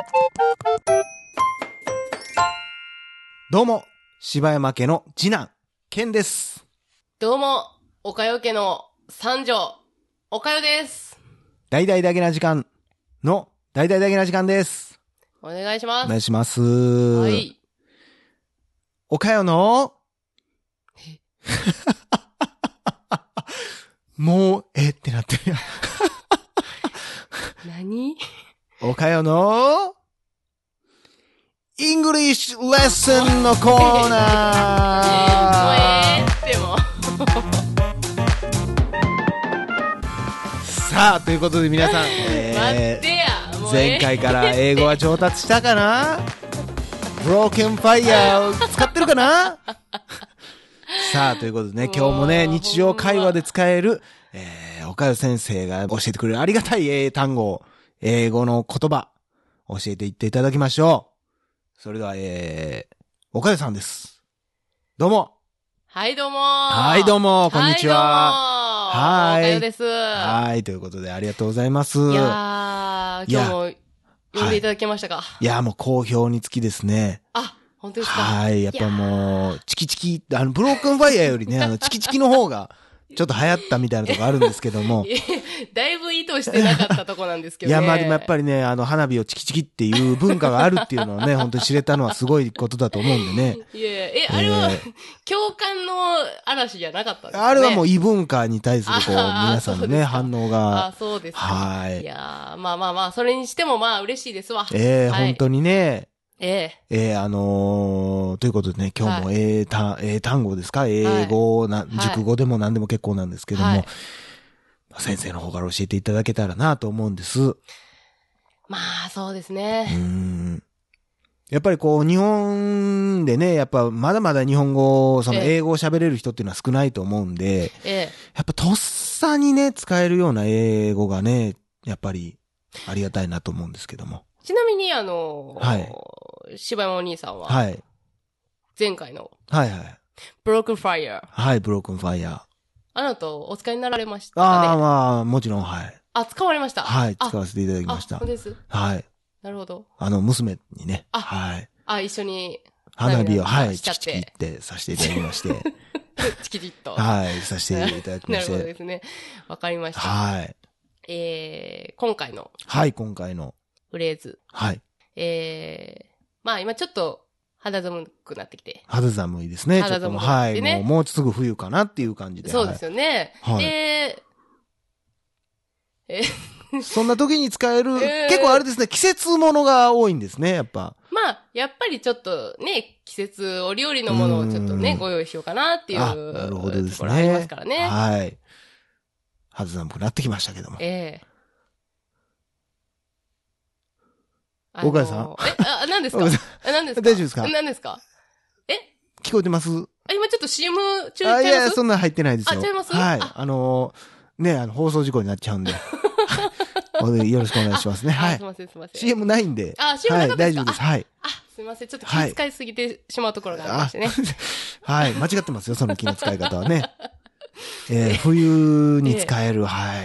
どうも、柴山家の次男、健です。 どうも、おかよ家の三女、おかよです。 大々だけな時間の大々だけな時間です。 お願いします。 お願いします。 はい。 おかよのもう、ってなってるやん。 何？ おかよのイングリッシュレッスンのコーナーでもさあ、ということで皆さん、 待ってや、 前回から英語は上達したかな？ブローケンファイヤーを使ってるかな？さあ、ということでね、今日もね、日常会話で使える、おかよ先生が教えてくれるありがたい英単語、英語の言葉、教えていっていただきましょう。それでは、おかよさんです。どうも。 はい、どうも。 はい、どうも、こんにちは。 はい、どうも。おかよです。 はい、ということでありがとうございます。 いやー、今日も呼んでいただけましたか？ いや、もう好評につきですね。 あ、本当ですか？ はい、やっぱもう、チキチキ、ブロークンファイヤーよりね、チキチキの方が、ちょっと流行ったみたいなとこあるんですけども。 だいぶ意図してなかったとこなんですけどね。 いや、まあでもやっぱりね、花火をチキチキっていう文化があるっていうのはね、本当に知れたのはすごいことだと思うんでね。 いやいや、あれは、共感の嵐じゃなかったんですね。 あれはもう異文化に対するこう、皆さんのね、反応が。 あ、そうですか。 はい。 いやまあ、それにしてもまあ嬉しいですわ。 はい、本当にね。ということでね、今日も単語ですか？英語、熟語でも何でも結構なんですけども、先生の方から教えていただけたらなと思うんです。 まあ、そうですね。 やっぱりこう、日本でね、やっぱまだまだ日本語、その英語を喋れる人っていうのは少ないと思うんで、やっぱとっさにね、使えるような英語がね、やっぱりありがたいなと思うんですけども。 ちなみに柴山お兄さんは、前回の、ブロークンファイヤー。 はい、ブロークンファイヤー。 あなたお使いになられましたかね？ まあ、もちろん、はい。 あ、使われました。 はい、使わせていただきました。 そうです。 はい。 なるほど。 娘にね、はい。 一緒に、 花火を、チキチキってさせていただきまして。 チキチッと。 はい、させていただきまして。 なるほどですね。わかりました。 はい。 今回の。 はい、今回の。 フレーズ。 はい。 まあ今ちょっと肌寒くなってきて。 肌寒いですね。 肌寒くなってね。 はい。もうすぐ冬かなっていう感じで。 そうですよね。 はい。そんな時に使える、結構あれですね、季節ものが多いんですね、やっぱ。 まあ、やっぱりちょっとね、季節折々のものをちょっとね、ご用意しようかなっていう。 なるほどですね。 ところありますからね。 はい。肌寒くなってきましたけども。岡谷さん何ですか？何ですか？ 大丈夫ですか？ 何ですか？ 聞こえてます？ 今ちょっと CM 中ちゃいます？いや、そんな入ってないですよ。 ちゃいます？ はい。放送事故になっちゃうんで。よろしくお願いしますね。はい。 すいません。 CM ないんで。 CM なかったですか？ 大丈夫です。はい。 すいません。ちょっと気遣いすぎてしまうところがありましてね。 はい。間違ってますよ、その気の使い方はね。冬に使える、はい。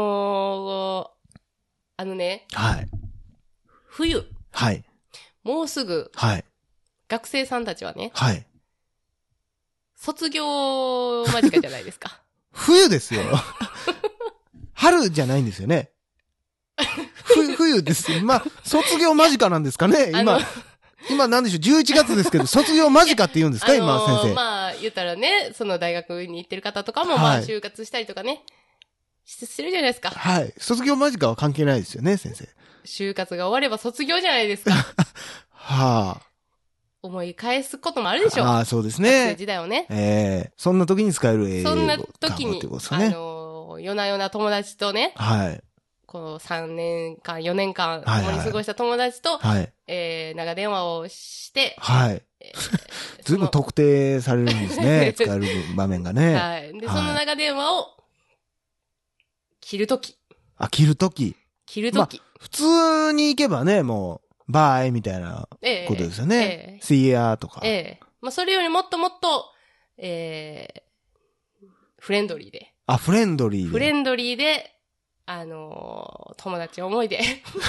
はい。 冬。 はい。 もうすぐ。 はい。 学生さんたちはね。 はい。 卒業間近じゃないですか。 冬ですよ。春じゃないんですよね。冬ですよ。まあ、卒業間近なんですかね。今なんでしょう、11月ですけど、卒業間近って言うんですか、今、先生。 まあ、言ったらね、その大学に行ってる方とかも、まあ、就活したりとかね、してるじゃないですか。 はい。卒業間近は関係ないですよね、先生。 就活が終われば卒業じゃないですか。 はあ。 思い返すこともあるでしょう。 ああ、そうですね。 学生時代をね。 そんな時に使える英語。 そんな時に、夜な夜な友達とね。 はい。 この3年間、4年間、共に過ごした友達と、長電話をして、 はい。ずいぶん特定されるんですね。使える場面がね。 はい。で、その長電話を、切るとき。 切るとき。普通に行けばね、もう、バイみたいなことですよね。See ya とか。 まあ、それよりもっともっと、フレンドリーで。 フレンドリーで。 フレンドリーで、 友達思いで。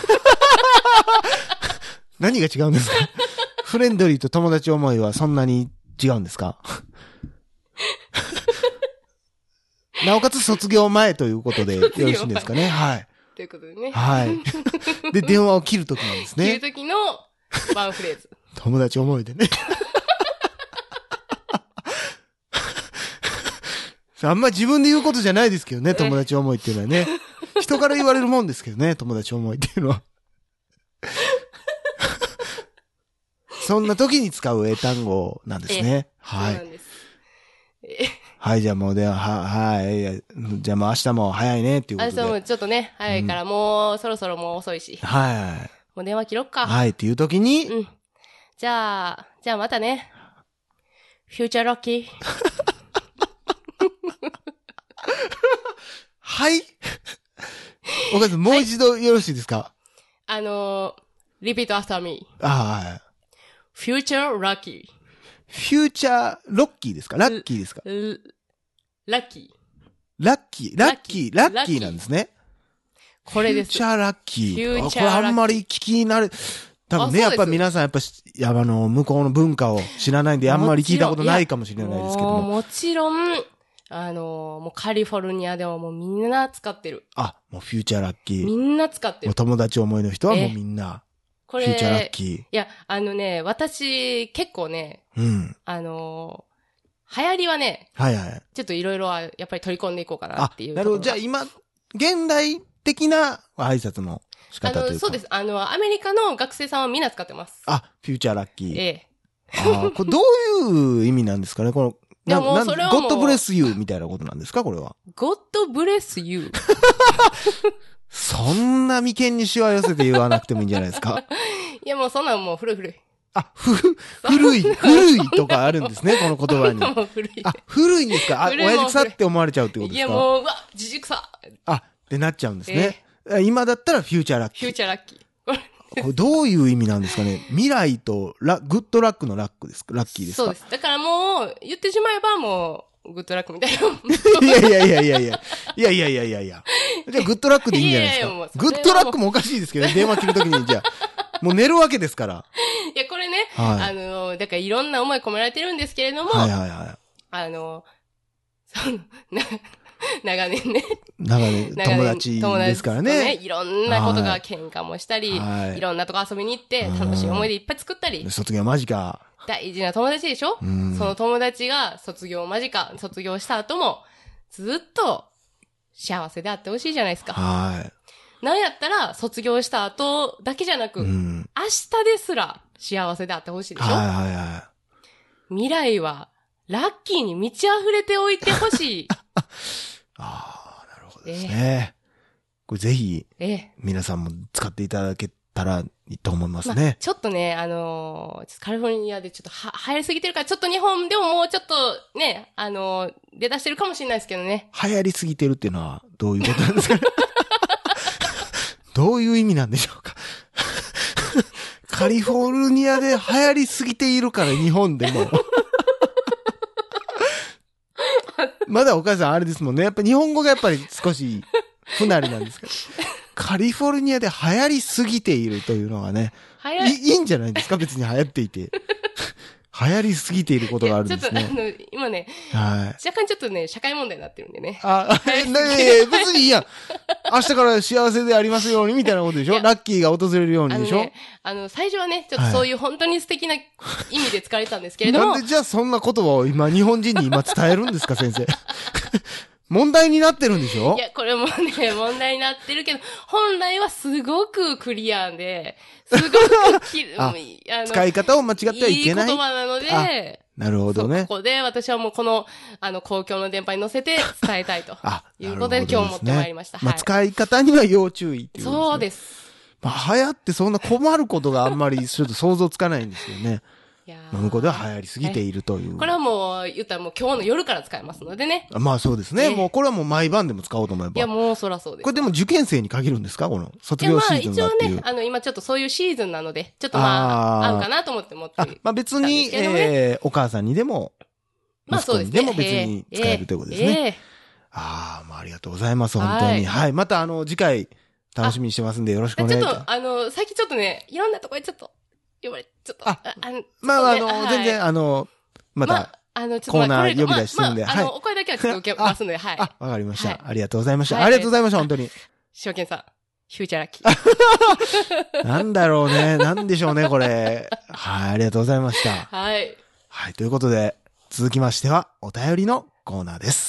何が違うんですか？フレンドリーと友達思いはそんなに違うんですか？なおかつ卒業前ということでよろしいんですかね。はい。 ということでね。 はい。で、電話を切るときなんですね。 切るときのワンフレーズ。 友達思いでね。あんま自分で言うことじゃないですけどね、友達思いっていうのはね。人から言われるもんですけどね、友達思いっていうのは。そんな時に使う英単語なんですね。はい。そうなんです。はい、じゃあもうはい。じゃあもう明日も早いねっていうことで。 明日もちょっとね、早いからもうそろそろもう遅いし。 はい。 もう電話切ろっか。 はいっていう時に。 うん。じゃあまたね。フューチャーロッキー。 はい。お母さん、もう一度よろしいですか？ repeat after me. はい。 future lucky. フューチャーロッキーですか？ラッキーですか？ ラッキー。 ラッキーなんですね。 これです。 フューチャーラッキー。これあんまり聞きになる。多分ね、やっぱ皆さん向こうの文化を知らないんで、あんまり聞いたことないかもしれないですけども。 もちろん、もうカリフォルニアではもうみんな使ってる。 もうフューチャーラッキー。 みんな使ってる。 友達思いの人はもうみんな。フューチャーラッキー。 いや、私、結構ね、 うん。 流行りはね、 はいはい。 ちょっといろいろはやっぱり取り込んでいこうかなっていう。 なるほど。じゃあ今、現代的な挨拶の仕方というか。 そうです。アメリカの学生さんはみんな使ってます。 フューチャーラッキー。 ええ。 これどういう意味なんですかね？この、 いやもうそれはもう。 God bless you みたいなことなんですか？これは。 God bless you。 そんな眉間にしわ寄せて言わなくてもいいんじゃないですか？ いやもうそんなんもう古い。 古いとかあるんですね、この言葉に。 もう古い。 古いんですか？親父臭って思われちゃうってことですか？ いやもう、じじくさ。 ってなっちゃうんですね。今だったらフューチャーラッキー。 フューチャーラッキー。 これどういう意味なんですかね？未来とグッドラックのラックですか？ラッキーですか？ そうです。だからもう、言ってしまえばもう、グッドラックみたいな。 いや。じゃあグッドラックでいいんじゃないですか？グッドラックもおかしいですけど、電話切るときに、じゃあ、もう寝るわけですから。 いや、これね、だからいろんな思い込められてるんですけれども、長年ね。 友達ですからね。 いろんなことが喧嘩もしたり、いろんなとこ遊びに行って、楽しい思い出いっぱい作ったり。 卒業間近。 大事な友達でしょ？その友達が卒業間近、卒業した後も、ずっと幸せであってほしいじゃないですか。なんやったら、卒業した後だけじゃなく、明日ですら幸せであってほしいでしょ？未来は、ラッキーに満ち溢れておいてほしい。 なるほどですね。これぜひ、皆さんも使っていただけたらいいと思いますね。 ちょっとね、カリフォルニアでちょっと流行りすぎてるから、ちょっと日本でももうちょっとね、出だしてるかもしれないですけどね。 流行りすぎてるっていうのはどういうことなんですかね？どういう意味なんでしょうか？カリフォルニアで流行りすぎているから日本でも。まだお母さんあれですもんね。やっぱ日本語がやっぱり少し不慣れなんですけど。カリフォルニアで流行りすぎているというのはね。いいんじゃないですか？別に流行っていて。流行りすぎていることがあるんですね。 ちょっと今ね、若干ちょっとね、社会問題になってるんでね。 別にいいやん。明日から幸せでありますようにみたいなことでしょ？ラッキーが訪れるようにでしょ？ 最初はね、ちょっとそういう本当に素敵な意味で使われたんですけれども。 なんでじゃあそんな言葉を今日本人に今伝えるんですか、先生。問題になってるんでしょ？ いや、これもね、問題になってるけど、本来はすごくクリアで、すごく使い方を間違ってはいけない。 いい言葉なので、 なるほどね。 ここで私はもうこの、公共の電波に乗せて伝えたいと。いうことで今日持ってまいりました。 使い方には要注意っていうことですね。 そうです。 流行ってそんな困ることがあんまりちょっと想像つかないんですよね。向こうでは流行りすぎているという。 これはもう、言ったらもう今日の夜から使えますのでね。 そうですね。もうこれはもう毎晩でも使おうと思えば。 いや、もうそらそうです。 これでも受験生に限るんですか？この卒業シーズンがっていう。 一応ね、今ちょっとそういうシーズンなので、ちょっと合うかなと思って持ってる。 別に、お母さんにでも、息子にでも別に使えるということですね。 ありがとうございます、本当に。はい。また次回、楽しみにしてますんで、よろしくお願いします。 ちょっと、最近ちょっとね、いろんなところにちょっと、呼ばれ、ちょっと。 全然、また、コーナー呼び出しするんで、 はい。お声だけはちょっと受けますんで、はい。 わかりました。ありがとうございました。ありがとうございました、本当に。 証券さん、フューチャーラッキー。 なんだろうね。なんでしょうね、これ。はい、ありがとうございました。 はい。 はい、ということで、続きましては、お便りのコーナーです。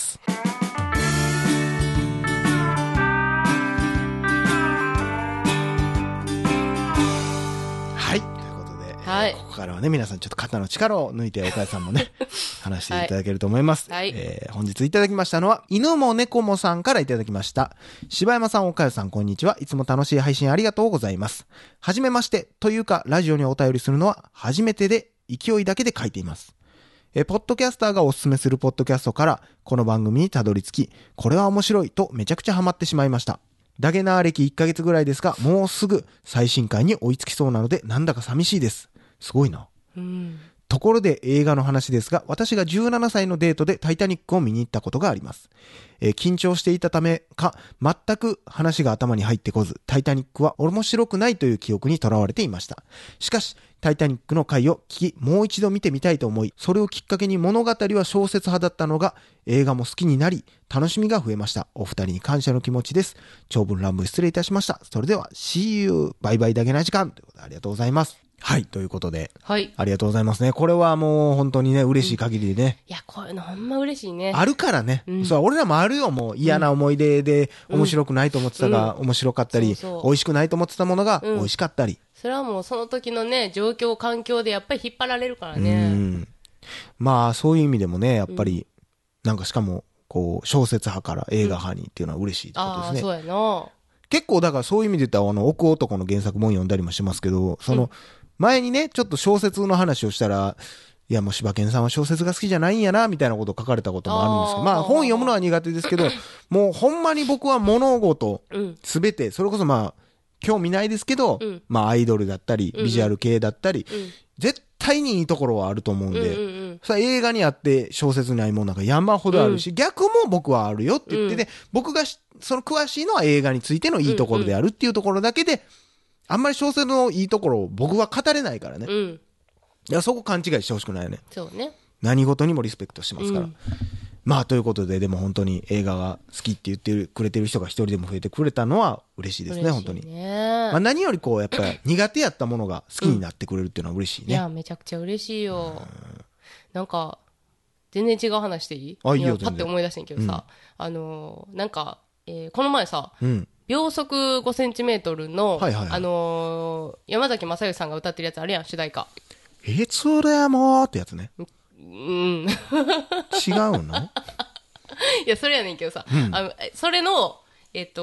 はい。ということで、 はい、 ここからはね、皆さんちょっと肩の力を抜いて、岡谷さんもね、話していただけると思います。 はい。 本日いただきましたのは、犬も猫もさんからいただきました。柴山さん、岡谷さん、こんにちは。いつも楽しい配信ありがとうございます。はじめまして、というか、ラジオにお便りするのは初めてで、勢いだけで書いています。ポッドキャスターがおすすめするポッドキャストから、この番組にたどり着き、これは面白いとめちゃくちゃハマってしまいました。ダゲナー歴1ヶ月ぐらいですが、もうすぐ最新回に追いつきそうなので、なんだか寂しいです。すごいな。ところで映画の話ですが、私が17歳のデートでタイタニックを見に行ったことがあります。緊張していたためか、全く話が頭に入ってこず、タイタニックは面白くないという記憶にとらわれていました。しかし、タイタニックの回を聞き、もう一度見てみたいと思い、それをきっかけに物語は小説派だったのが、映画も好きになり、楽しみが増えました。お二人に感謝の気持ちです。長文乱文失礼いたしました。それでは、See you! バイバイだけな時間ということでありがとうございます。はい、ということで。 はい。 ありがとうございますね。これはもう本当にね、嬉しい限りでね。 いや、こういうのほんま嬉しいね。 あるからね。そう、俺らもあるよ、もう嫌な思い出で面白くないと思ってたが面白かったり、美味しくないと思ってたものが美味しかったり。 それはもうその時のね、状況、環境でやっぱり引っ張られるからね。 まあ、そういう意味でもね、やっぱり、なんかしかも、こう、小説派から映画派にっていうのは嬉しいってことですね。 そうやな。 結構だからそういう意味で言ったら、奥男の原作本読んだりもしますけど、前にね、ちょっと小説の話をしたら、いやもう柴犬さんは小説が好きじゃないんやな、みたいなことを書かれたこともあるんですけど、まあ本読むのは苦手ですけど、もうほんまに僕は物事、すべて、それこそまあ、興味ないですけど、まあアイドルだったり、ビジュアル系だったり、絶対にいいところはあると思うんで、それ映画にあって小説にないものなんか山ほどあるし、逆も僕はあるよって言ってて、僕がその詳しいのは映画についてのいいところであるっていうところだけで、あんまり小説のいいところを僕は語れないからね。いや、そこ勘違いしてほしくないよね。 そうね。 何事にもリスペクトしてますから。まあ、ということで、でも本当に映画が好きって言ってくれてる人が一人でも増えてくれたのは嬉しいですね、本当に。まあ、何よりこう、やっぱり苦手やったものが好きになってくれるっていうのは嬉しいね。 いや、めちゃくちゃ嬉しいよ。なんか、全然違う話していい？ あ、いいよ、 パッて思い出してんけどさ、なんか、この前さ、秒速5センチメートルの、山崎正義さんが歌ってるやつあれやん、主題歌。 いつでもってやつね。違うのいや、それやねんけどさ、それの、タイ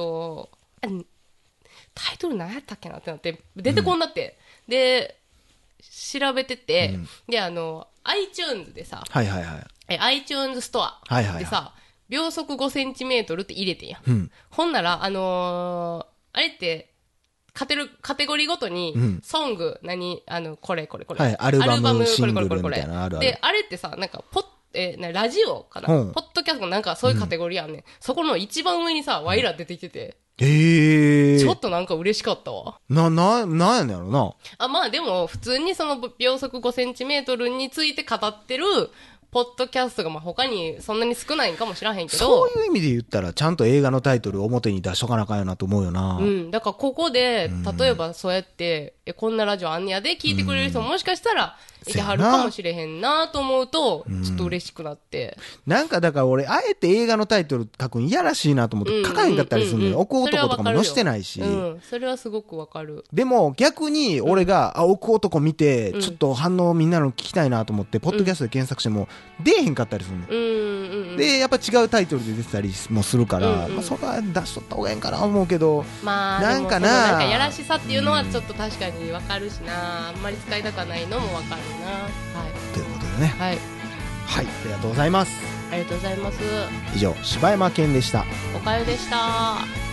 トル何やったっけなってなって、出てこんなって。で、調べてて、で、iTunes でさ、iTunes ストアでさ、秒速5センチメートルって入れてんや。ほんなら、あれって、カテゴリーごとに、ソング、これ。 はい、アルバム、シングルみたいなあるある。 で、あれってさ、なんか、ラジオかな、ポッドキャストなんかそういうカテゴリーあんねん。そこの一番上にさ、ワイら出てきてて。ちょっとなんか嬉しかったわ。 なんやねんやろな。 まあでも、普通にその秒速5センチメートルについて語ってる、ポッドキャストがまあ他にそんなに少ないんかもしらへんけど。 そういう意味で言ったら、ちゃんと映画のタイトルを表に出しとかなあかんよなと思うよな。 だからここで、例えばそうやって、こんなラジオあんねやで聞いてくれる人もしかしたら、いてはるかもしれへんなと思うと、ちょっと嬉しくなって。 なんかだから俺、あえて映画のタイトル書くんいやらしいなと思って書かへんかったりするのよ。奥男とかも載してないし。 それはすごくわかる。 でも逆に俺が、奥男見て、ちょっと反応みんなの聞きたいなと思って、ポッドキャストで検索しても出えへんかったりするの。で、やっぱ違うタイトルで出てたりもするから、まあそれは出しとった方がいいんかな思うけど、 まあ、なんかやらしさっていうのはちょっと確かにわかるしな、あんまり使いたくないのもわかるな。はい。 ということでね。 はい。 はい、ありがとうございます。 ありがとうございます。 以上、柴山健でした。 おかよでした。